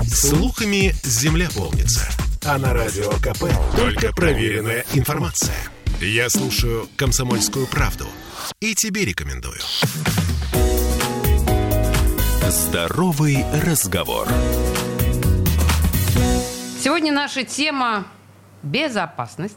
Слухами земля полнится. А на Радио КП только проверенная информация. Я слушаю «Комсомольскую правду» и тебе рекомендую. Здоровый разговор. Сегодня наша тема – безопасность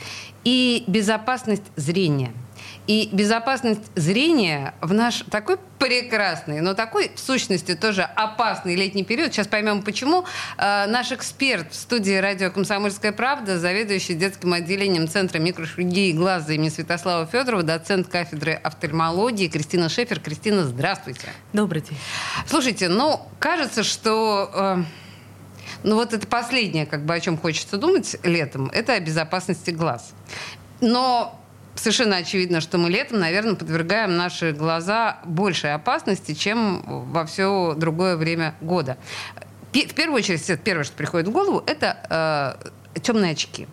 и безопасность зрения. И безопасность зрения в наш такой прекрасный, но такой, в сущности, тоже опасный летний период. Сейчас поймем, почему. Наш эксперт в студии радио «Комсомольская правда», заведующий детским отделением Центра микрохирургии глаза имени Святослава Федорова, доцент кафедры офтальмологии Кристина Шефер. Кристина, здравствуйте. Добрый день. Слушайте, кажется, что... вот это последнее, о чем хочется думать летом, это о безопасности глаз. Но совершенно очевидно, что мы летом, наверное, подвергаем наши глаза большей опасности, чем во все другое время года. В первую очередь, первое, что приходит в голову, это темные очки.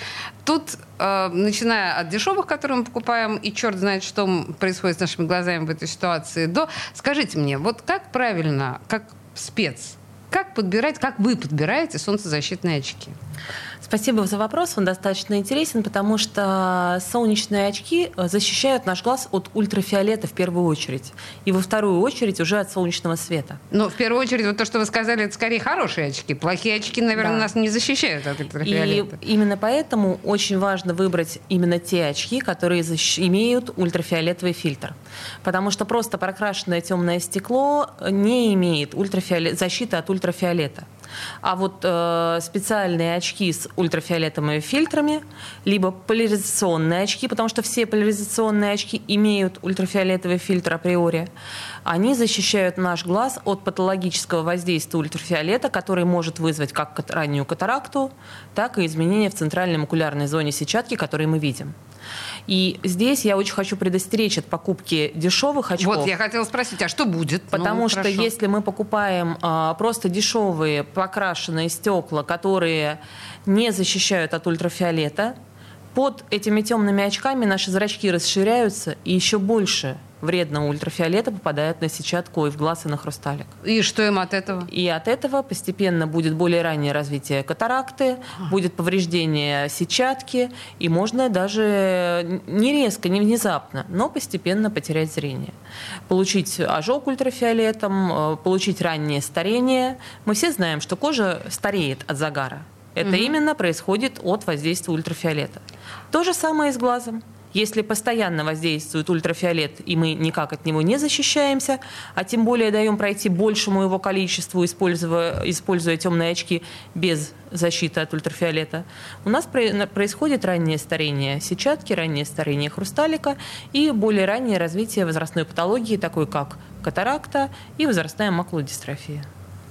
Тут, начиная от дешевых, которые мы покупаем, и черт знает, что происходит с нашими глазами в этой ситуации, до... Скажите мне, вот как правильно, как спец, как вы подбираете солнцезащитные очки? Спасибо за вопрос, он достаточно интересен, потому что солнечные очки защищают наш глаз от ультрафиолета в первую очередь, и во вторую очередь уже от солнечного света. Но в первую очередь, вот то, что вы сказали, это скорее хорошие очки. Плохие очки, наверное, нас не защищают от ультрафиолета. И именно поэтому очень важно выбрать именно те очки, которые имеют ультрафиолетовый фильтр. Потому что просто прокрашенное темное стекло не имеет защиты от ультрафиолета. А вот специальные очки с ультрафиолетовыми фильтрами, либо поляризационные очки, потому что все поляризационные очки имеют ультрафиолетовый фильтр априори, они защищают наш глаз от патологического воздействия ультрафиолета, который может вызвать как раннюю катаракту, так и изменения в центральной макулярной зоне сетчатки, которые мы видим. И здесь я очень хочу предостеречь от покупки дешевых очков. Вот, я хотела спросить, а что будет? Потому что если мы покупаем просто дешевые покрашенные стекла, которые не защищают от ультрафиолета, под этими темными очками наши зрачки расширяются, и еще больше вредного ультрафиолета попадает на сетчатку и в глаз, и на хрусталик. И что им от этого? И от этого постепенно будет более раннее развитие катаракты, будет повреждение сетчатки, и можно даже не резко, не внезапно, но постепенно потерять зрение. Получить ожог ультрафиолетом, получить раннее старение. Мы все знаем, что кожа стареет от загара. Это именно происходит от воздействия ультрафиолета. То же самое и с глазом. Если постоянно воздействует ультрафиолет, и мы никак от него не защищаемся, а тем более даем пройти большему его количеству, используя темные очки без защиты от ультрафиолета, у нас происходит раннее старение сетчатки, раннее старение хрусталика и более раннее развитие возрастной патологии, такой как катаракта и возрастная макулодистрофия.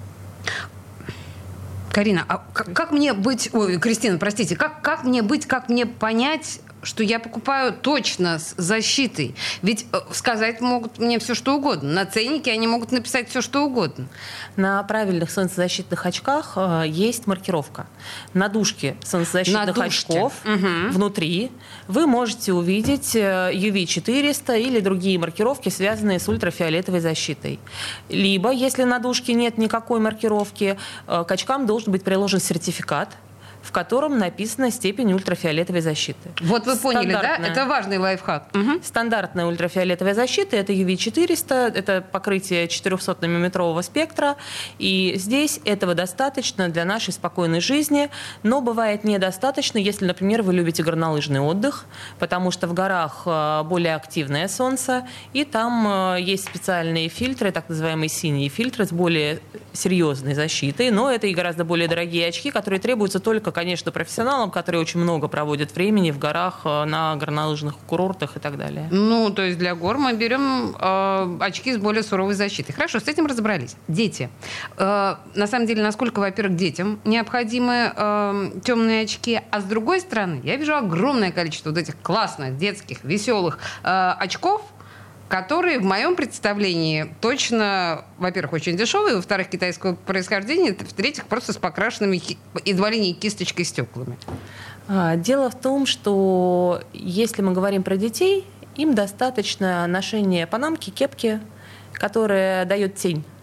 Карина, а как мне быть... Ой, Кристина, простите. Как мне быть, как мне понять, что я покупаю точно с защитой? Ведь сказать могут мне все, что угодно. На ценнике они могут написать все, что угодно. На правильных солнцезащитных очках есть маркировка. На дужке солнцезащитных очков внутри вы можете увидеть UV400 или другие маркировки, связанные с ультрафиолетовой защитой. Либо, если на дужке нет никакой маркировки, к очкам должен быть приложен сертификат, в котором написана степень ультрафиолетовой защиты. Вот вы поняли, да? Это важный лайфхак. Стандартная ультрафиолетовая защита – это UV400, это покрытие 400-нанометрового спектра, и здесь этого достаточно для нашей спокойной жизни, но бывает недостаточно, если, например, вы любите горнолыжный отдых, потому что в горах более активное солнце, и там есть специальные фильтры, так называемые синие фильтры с более серьезной защитой, но это и гораздо более дорогие очки, которые требуются только, конечно, профессионалам, которые очень много проводят времени в горах, на горнолыжных курортах и так далее. То есть для гор мы берем очки с более суровой защитой. Хорошо, с этим разобрались. Дети. На самом деле, насколько, во-первых, детям необходимы темные очки, а с другой стороны, я вижу огромное количество вот этих классных, детских, веселых очков, которые в моем представлении точно, во-первых, очень дешевые, во-вторых, китайского происхождения, в-третьих, просто с покрашенными едва ли не кисточкой стеклами. Дело в том, что если мы говорим про детей, им достаточно ношения панамки, кепки, которая дает тень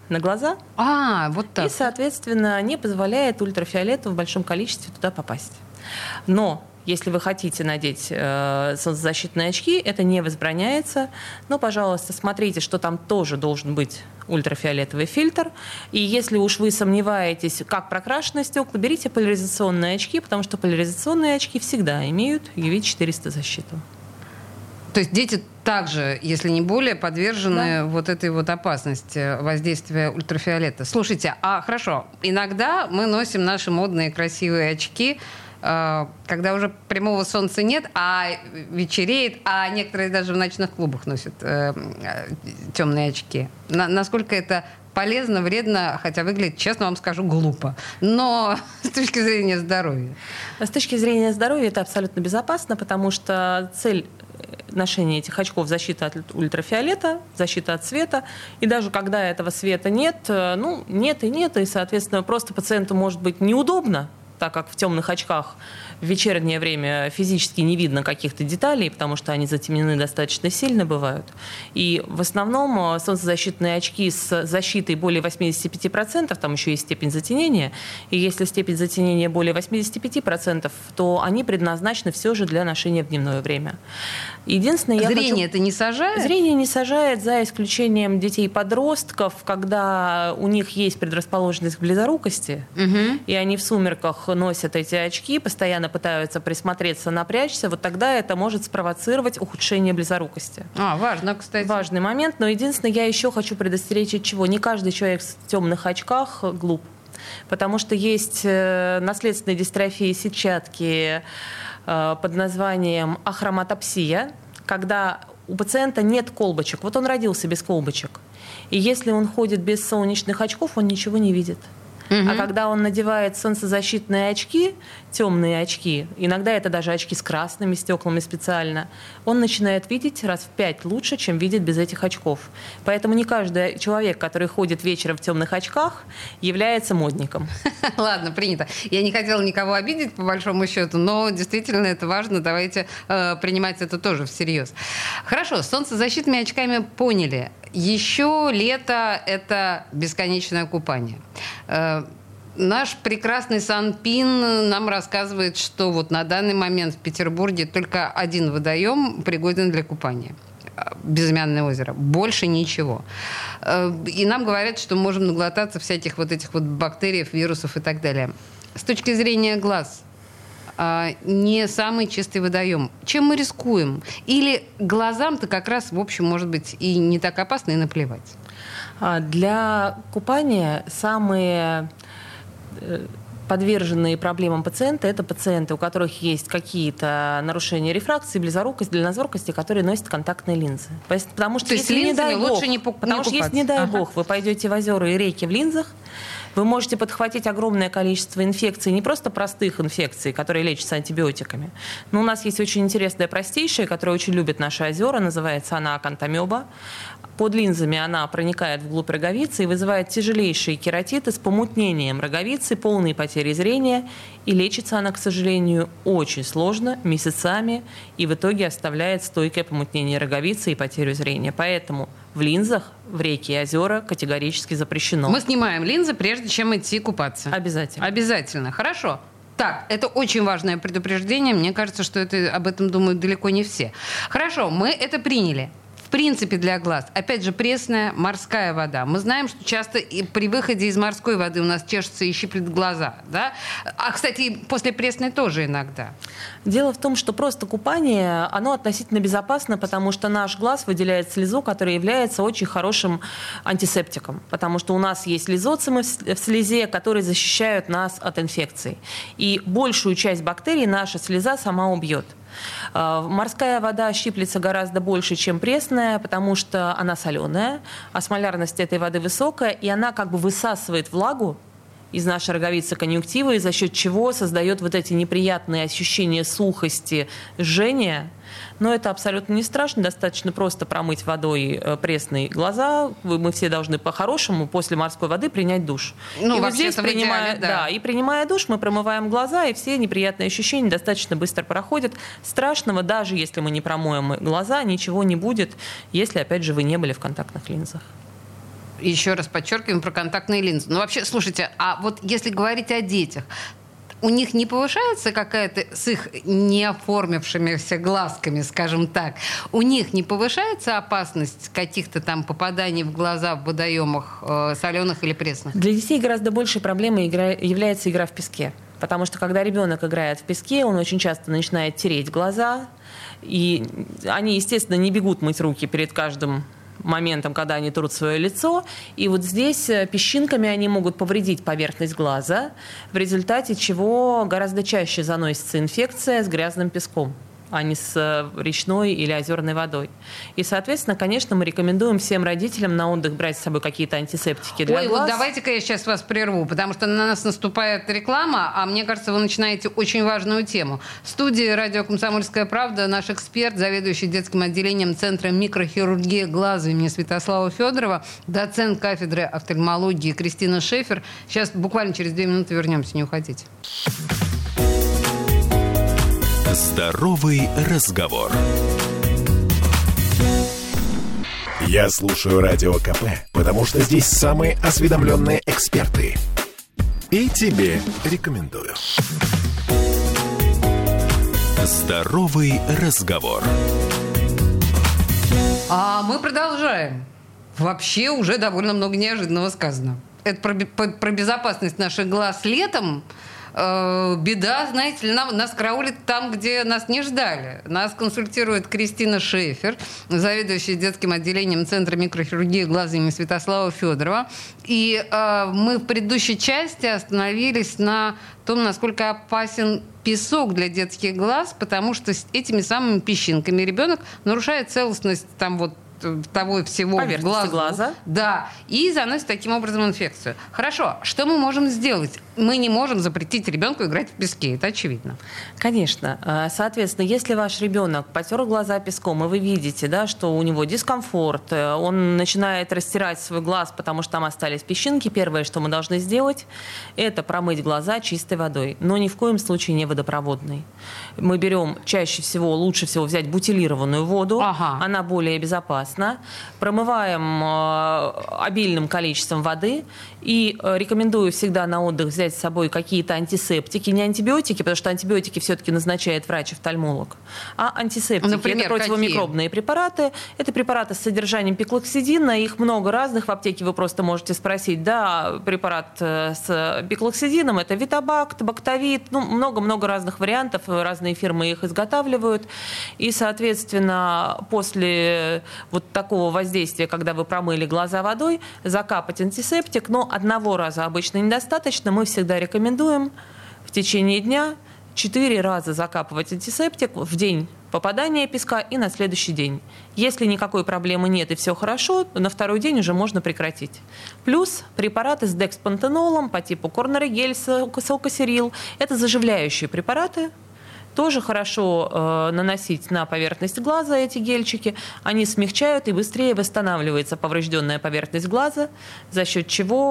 на глаза. Вот так. И, соответственно, не позволяет ультрафиолету в большом количестве туда попасть. Но если вы хотите надеть солнцезащитные очки, это не возбраняется. Но, пожалуйста, смотрите, что там тоже должен быть ультрафиолетовый фильтр. И если уж вы сомневаетесь, как прокрашено стекла, берите поляризационные очки, потому что поляризационные очки всегда имеют UV-400 защиту. То есть дети также, если не более, подвержены вот этой вот опасности воздействия ультрафиолета. Слушайте, хорошо, иногда мы носим наши модные красивые очки, когда уже прямого солнца нет, а вечереет, а некоторые даже в ночных клубах носят темные очки. Насколько это полезно, вредно, хотя выглядит, честно вам скажу, глупо. Но с точки зрения здоровья. С точки зрения здоровья это абсолютно безопасно, потому что цель ношения этих очков — защита от ультрафиолета, защита от света. И даже когда этого света нет, нет, и, соответственно, просто пациенту может быть неудобно, так как в темных очках в вечернее время физически не видно каких-то деталей, потому что они затемнены достаточно сильно бывают. И в основном солнцезащитные очки с защитой более 85%, там еще есть степень затемнения, и если степень затемнения более 85%, то они предназначены все же для ношения в дневное время. Единственное, зрение это не сажает? Зрение не сажает, за исключением детей-подростков, когда у них есть предрасположенность к близорукости, и они в сумерках носят эти очки, постоянно пытаются присмотреться, напрячься, вот тогда это может спровоцировать ухудшение близорукости. Важно, кстати. Важный момент, но единственное, я еще хочу предостеречь от чего. Не каждый человек в темных очках глуп, потому что есть наследственные дистрофии сетчатки под названием ахроматопсия, когда у пациента нет колбочек. Вот он родился без колбочек. И если он ходит без солнечных очков, он ничего не видит. А когда он надевает солнцезащитные очки, темные очки, иногда это даже очки с красными стеклами специально, он начинает видеть раз в 5 лучше, чем видит без этих очков. Поэтому не каждый человек, который ходит вечером в темных очках, является модником. Ладно, принято. Я не хотела никого обидеть, по большому счету, но действительно это важно. Давайте принимать это тоже всерьез. Хорошо, с солнцезащитными очками поняли. Еще лето – это бесконечное купание. Наш прекрасный Санпин нам рассказывает, что вот на данный момент в Петербурге только один водоем пригоден для купания. Безымянное озеро. Больше ничего. И нам говорят, что можем наглотаться всяких вот этих вот бактерий, вирусов и так далее. С точки зрения глаз, не самый чистый водоем. Чем мы рискуем? Или глазам-то как раз, в общем, может быть, и не так опасно, и наплевать? Для купания самые подверженные проблемам пациента — это пациенты, у которых есть какие-то нарушения рефракции, близорукости, дальнозоркости, которые носят контактные линзы. Потому что если, не дай бог, лучше не потому что если, не дай бог, вы пойдете в озера и реки в линзах, вы можете подхватить огромное количество инфекций, не просто простых инфекций, которые лечатся антибиотиками. Но у нас есть очень интересная, простейшая, которую очень любят наши озера, называется она акантамеба. Под линзами она проникает вглубь роговицы и вызывает тяжелейшие кератиты с помутнением роговицы, полные потери зрения. И лечится она, к сожалению, очень сложно, месяцами, и в итоге оставляет стойкое помутнение роговицы и потерю зрения. Поэтому в линзах в реки и озера категорически запрещено. Мы снимаем линзы, прежде чем идти купаться. Обязательно. Обязательно. Хорошо. Так, это очень важное предупреждение. Мне кажется, что об этом думают далеко не все. Хорошо, мы это приняли. В принципе, для глаз. Опять же, пресная морская вода. Мы знаем, что часто и при выходе из морской воды у нас чешутся и щиплет глаза. Да? А, кстати, после пресной тоже иногда. Дело в том, что просто купание, оно относительно безопасно, потому что наш глаз выделяет слезу, которая является очень хорошим антисептиком. Потому что у нас есть лизоцимы в слезе, которые защищают нас от инфекций. И большую часть бактерий наша слеза сама убьет. Морская вода щиплется гораздо больше, чем пресная, потому что она соленая, осмолярность этой воды высокая, и она как бы высасывает влагу из нашей роговицы конъюнктивы, за счет чего создает вот эти неприятные ощущения сухости, жжения. Но это абсолютно не страшно, достаточно просто промыть водой пресной глаза. Мы все должны по-хорошему после морской воды принять душ. Ну, и вот здесь, и принимая душ, мы промываем глаза, и все неприятные ощущения достаточно быстро проходят. Страшного, даже если мы не промоем глаза, ничего не будет, если, опять же, вы не были в контактных линзах. Еще раз подчеркиваем про контактные линзы. Но вообще, слушайте, а вот если говорить о детях, у них не повышается какая-то, с их не оформившимися глазками, скажем так, у них не повышается опасность каких-то там попаданий в глаза в водоемах соленых или пресных? Для детей гораздо большей проблемой является игра в песке. Потому что когда ребенок играет в песке, он очень часто начинает тереть глаза, и они, естественно, не бегут мыть руки перед каждым моментом, когда они трут свое лицо. И вот здесь песчинками они могут повредить поверхность глаза, в результате чего гораздо чаще заносится инфекция с грязным песком, а не с речной или озерной водой. И, соответственно, конечно, мы рекомендуем всем родителям на отдых брать с собой какие-то антисептики для глаз. Вот давайте-ка я сейчас вас прерву, потому что на нас наступает реклама, а мне кажется, вы начинаете очень важную тему. В студии радио «Комсомольская правда» наш эксперт, заведующий детским отделением Центра микрохирургии глаза имени Святослава Федорова, доцент кафедры офтальмологии Кристина Шефер. Сейчас буквально через 2 минуты вернемся, не уходите. Здоровый разговор. Я слушаю Радио КП, потому что здесь самые осведомленные эксперты. И тебе рекомендую. Здоровый разговор. А мы продолжаем. Вообще уже довольно много неожиданного сказано. Это про безопасность наших глаз летом. Беда, знаете ли, нас караулит там, где нас не ждали. Нас консультирует Кристина Шефер, заведующая детским отделением Центра микрохирургии глаза имени Святослава Федорова. И мы в предыдущей части остановились на том, насколько опасен песок для детских глаз, потому что с этими самыми песчинками ребенок нарушает целостность там вот того всего в глаза. Да, и заносит таким образом инфекцию. Хорошо, что мы можем сделать? Мы не можем запретить ребенку играть в песке, это очевидно. Конечно. Соответственно, если ваш ребенок потер глаза песком, и вы видите, да, что у него дискомфорт, он начинает растирать свой глаз, потому что там остались песчинки, первое, что мы должны сделать, это промыть глаза чистой водой, но ни в коем случае не водопроводной. Мы берем чаще всего, лучше всего взять бутилированную воду, она более безопасна, промываем обильным количеством воды и рекомендую всегда на отдых взять с собой какие-то антисептики, не антибиотики, потому что антибиотики все-таки назначает врач-офтальмолог, а антисептики. Например, это противомикробные препараты. Это препараты с содержанием пиклоксидина. Их много разных. В аптеке вы просто можете спросить, да, препарат с пиклоксидином, это Витабакт, Бактовит, ну, много-много разных вариантов, разные фирмы их изготавливают. И, соответственно, после вот такого воздействия, когда вы промыли глаза водой, закапать антисептик, но одного раза обычно недостаточно. Мы всегда рекомендуем в течение дня 4 раза закапывать антисептик в день попадания песка и на следующий день. Если никакой проблемы нет и все хорошо, то на второй день уже можно прекратить. Плюс препараты с декспантенолом по типу Корнерегель, Салкосерил. Это заживляющие препараты. Тоже хорошо наносить на поверхность глаза эти гельчики. Они смягчают и быстрее восстанавливается поврежденная поверхность глаза, за счет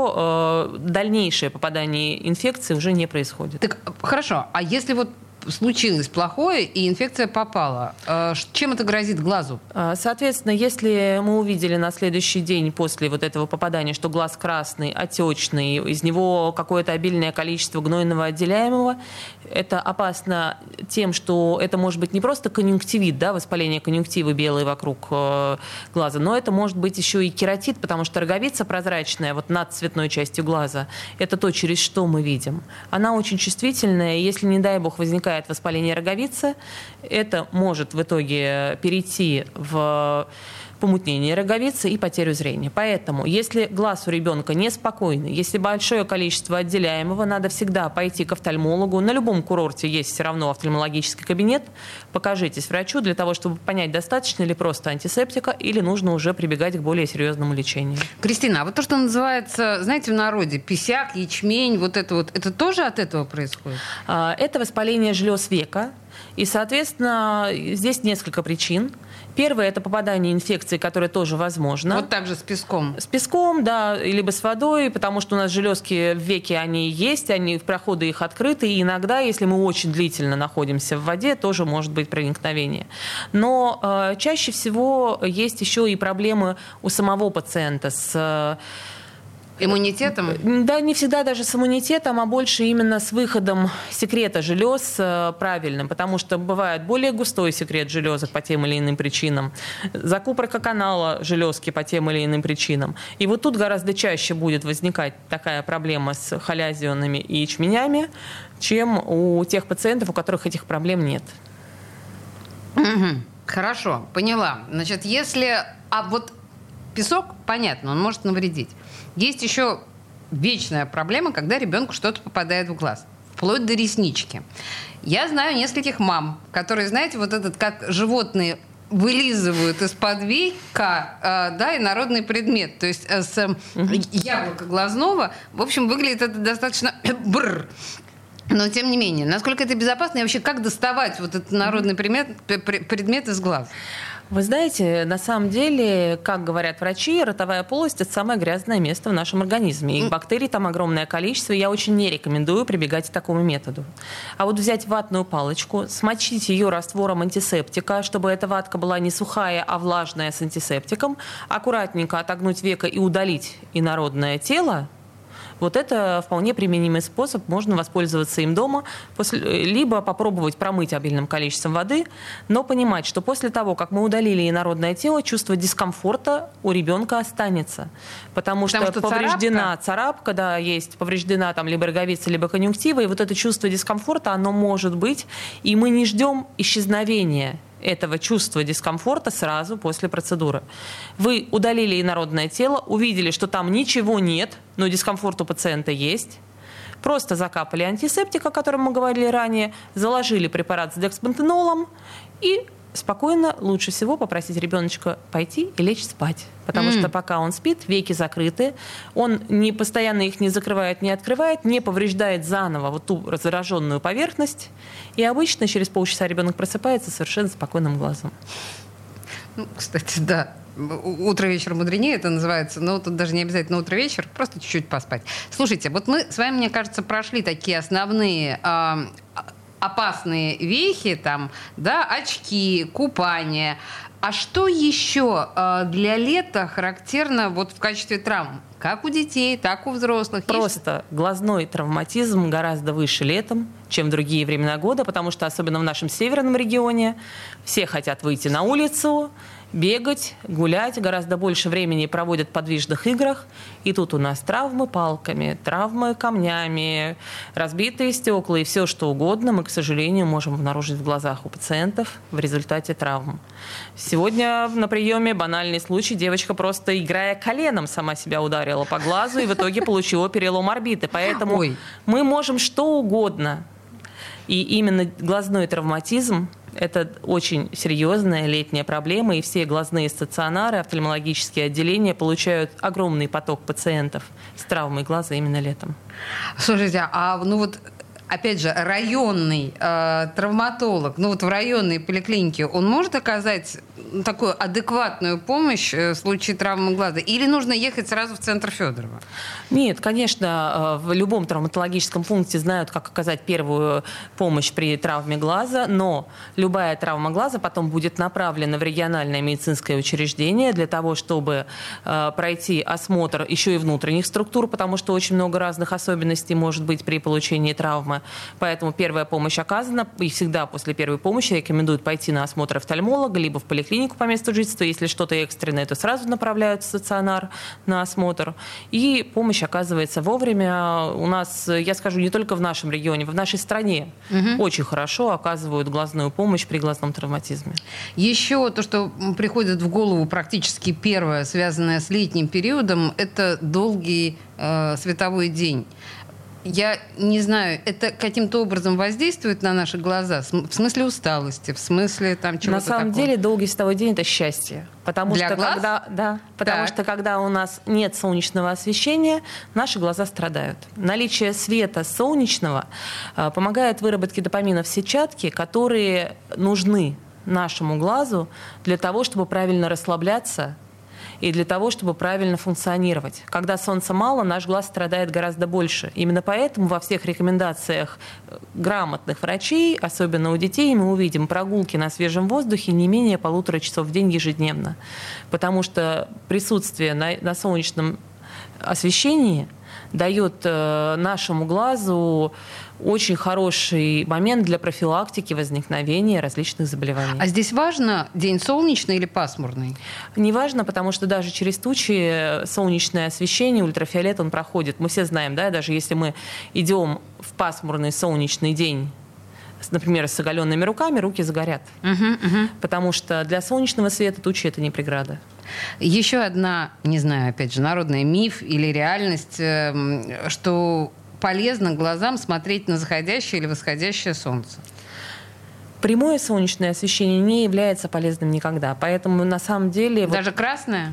чего дальнейшее попадание инфекции уже не происходит. Так, хорошо. А если вот случилось плохое, и инфекция попала, чем это грозит глазу? Соответственно, если мы увидели на следующий день после вот этого попадания, что глаз красный, отечный, из него какое-то обильное количество гнойного отделяемого, это опасно тем, что это может быть не просто конъюнктивит, да, воспаление конъюнктивы белой вокруг глаза, но это может быть еще и кератит, потому что роговица прозрачная вот над цветной частью глаза, это то, через что мы видим. Она очень чувствительная, и если, не дай бог, возникает воспаление роговицы, это может в итоге перейти в помутнение роговицы и потерю зрения. Поэтому, если глаз у ребенка неспокойный, если большое количество отделяемого, надо всегда пойти к офтальмологу. На любом курорте есть все равно офтальмологический кабинет. Покажитесь врачу для того, чтобы понять, достаточно ли просто антисептика или нужно уже прибегать к более серьезному лечению. Кристина, а вот то, что называется, знаете, в народе писяк, ячмень, вот это тоже от этого происходит? Это воспаление желез века. И, соответственно, здесь несколько причин. Первое – это попадание инфекции, которое тоже возможно. Вот так же с песком. С песком, да, либо с водой, потому что у нас железки в веке, они есть, проходы их открыты, и иногда, если мы очень длительно находимся в воде, тоже может быть проникновение. Но чаще всего есть еще и проблемы у самого пациента с иммунитетом? Да, не всегда даже с иммунитетом, а больше именно с выходом секрета желез правильным, потому что бывает более густой секрет железок по тем или иным причинам, закупорка канала железки по тем или иным причинам. И вот тут гораздо чаще будет возникать такая проблема с холязионами и ячменями, чем у тех пациентов, у которых этих проблем нет. Хорошо, поняла. Значит, вот песок, понятно, он может навредить. Есть еще вечная проблема, когда ребенку что-то попадает в глаз, вплоть до реснички. Я знаю нескольких мам, которые, знаете, вот этот, как животные вылизывают из-под века, инородный предмет. То есть с яблока глазного, в общем, выглядит это достаточно Но, тем не менее, насколько это безопасно и вообще как доставать вот этот народный предмет из глаз? Вы знаете, на самом деле, как говорят врачи, ротовая полость – это самое грязное место в нашем организме. И бактерий там огромное количество, и я очень не рекомендую прибегать к такому методу. А вот взять ватную палочку, смочить ее раствором антисептика, чтобы эта ватка была не сухая, а влажная с антисептиком, аккуратненько отогнуть веко и удалить инородное тело, вот это вполне применимый способ, можно воспользоваться им дома, либо попробовать промыть обильным количеством воды, но понимать, что после того, как мы удалили инородное тело, чувство дискомфорта у ребенка останется. Потому что повреждена царапка, да, есть повреждена там либо роговица, либо конъюнктива, и вот это чувство дискомфорта, оно может быть, и мы не ждем исчезновения этого чувства дискомфорта сразу после процедуры. Вы удалили инородное тело, увидели, что там ничего нет, но дискомфорт у пациента есть. Просто закапали антисептик, о котором мы говорили ранее, заложили препарат с декспантенолом и спокойно, лучше всего попросить ребеночка пойти и лечь спать. Потому что пока он спит, веки закрыты, он постоянно их не закрывает, не открывает, не повреждает заново вот ту зараженную поверхность. И обычно через полчаса ребенок просыпается совершенно спокойным глазом. Кстати, да. Утро-вечер мудренее это называется, но тут даже не обязательно утро-вечер, просто чуть-чуть поспать. Слушайте, вот мы с вами, мне кажется, прошли такие основные опасные вехи, там, да, очки, купание. А что еще для лета характерно вот в качестве травм? Как у детей, так и у взрослых? Просто глазной травматизм гораздо выше летом, чем в другие времена года, потому что особенно в нашем северном регионе все хотят выйти на улицу, бегать, гулять, гораздо больше времени проводят в подвижных играх. И тут у нас травмы палками, травмы камнями, разбитые стекла и все что угодно мы, к сожалению, можем обнаружить в глазах у пациентов в результате травм. Сегодня на приеме банальный случай. Девочка просто, играя коленом, сама себя ударила по глазу и в итоге получила перелом орбиты. Поэтому мы можем что угодно. И именно глазной травматизм – это очень серьезная летняя проблема, и все глазные стационары, офтальмологические отделения получают огромный поток пациентов с травмой глаза именно летом. Слушайте, опять же, районный травматолог, в районной поликлинике, он может оказать такую адекватную помощь в случае травмы глаза? Или нужно ехать сразу в центр Федорова? Нет, конечно, в любом травматологическом пункте знают, как оказать первую помощь при травме глаза, но любая травма глаза потом будет направлена в региональное медицинское учреждение для того, чтобы пройти осмотр еще и внутренних структур, потому что очень много разных особенностей может быть при получении травмы. Поэтому первая помощь оказана, и всегда после первой помощи рекомендуют пойти на осмотр офтальмолога, либо в поликлинику по месту жительства. Если что-то экстренное, то сразу направляют в стационар на осмотр. И помощь оказывается вовремя. У нас, я скажу, не только в нашем регионе, в нашей стране очень хорошо оказывают глазную помощь при глазном травматизме. Еще то, что приходит в голову практически первое, связанное с летним периодом, это долгий световой день. Я не знаю, это каким-то образом воздействует на наши глаза? В смысле усталости, в смысле там чего-то На самом такого? деле долгий световой день – это счастье. Потому Для что глаз? потому что когда у нас нет солнечного освещения, наши глаза страдают. Наличие света солнечного помогает выработке допамина в сетчатке, которые нужны нашему глазу для того, чтобы правильно расслабляться и для того, чтобы правильно функционировать. Когда солнца мало, наш глаз страдает гораздо больше. Именно поэтому во всех рекомендациях грамотных врачей, особенно у детей, мы увидим прогулки на свежем воздухе не менее 1,5 часов в день ежедневно. Потому что присутствие на солнечном освещении дает нашему глазу очень хороший момент для профилактики возникновения различных заболеваний. А здесь важно, день солнечный или пасмурный? Неважно, потому что даже через тучи солнечное освещение, ультрафиолет, он проходит. Мы все знаем, да, даже если мы идем в пасмурный солнечный день, например, с оголенными руками, руки загорят. Потому что для солнечного света тучи – это не преграда. Еще одна, не знаю, опять же, народный миф или реальность, что полезно глазам смотреть на заходящее или восходящее солнце. Прямое солнечное освещение не является полезным никогда. Поэтому на самом деле... Даже красное?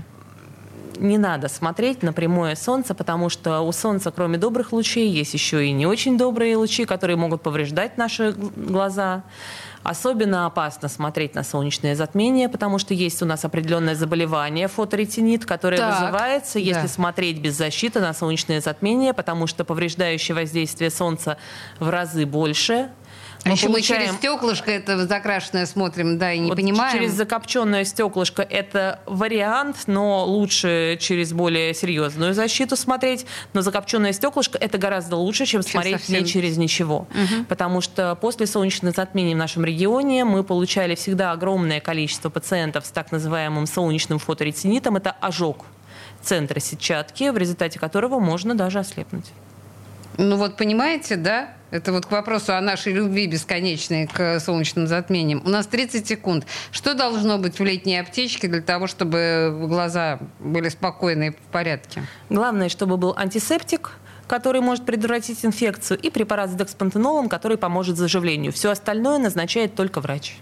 Не надо смотреть на прямое солнце, потому что у солнца, кроме добрых лучей, есть еще и не очень добрые лучи, которые могут повреждать наши глаза. Особенно опасно смотреть на солнечное затмение, потому что есть у нас определенное заболевание, фоторетинит, которое вызывается, если смотреть без защиты на солнечное затмение, потому что повреждающее воздействие солнца в разы больше. А еще мы через стеклышко это закрашенное смотрим, да, и не понимаем. Через закопченное стеклышко это вариант, но лучше через более серьезную защиту смотреть. Но закопченное стеклышко это гораздо лучше, чем смотреть совсем не через ничего. Потому что после солнечных затмений в нашем регионе мы получали всегда огромное количество пациентов с так называемым солнечным фоторетинитом. Это ожог центра сетчатки, в результате которого можно даже ослепнуть. Ну вот понимаете, да? Это вот к вопросу о нашей любви бесконечной к солнечным затмениям. У нас 30 секунд. Что должно быть в летней аптечке для того, чтобы глаза были спокойны и в порядке? Главное, чтобы был антисептик, который может предотвратить инфекцию, и препарат с декспантенолом, который поможет заживлению. Все остальное назначает только врач.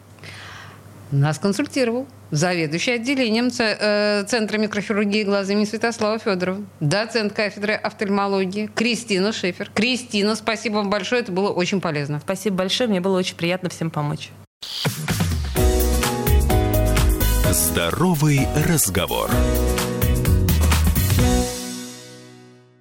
Нас консультировал заведующий отделением Центра микрохирургии глаз имени Святослава Федорова, доцент кафедры офтальмологии Кристина Шефер. Кристина, спасибо вам большое, это было очень полезно. Спасибо большое, мне было очень приятно всем помочь. Здоровый разговор.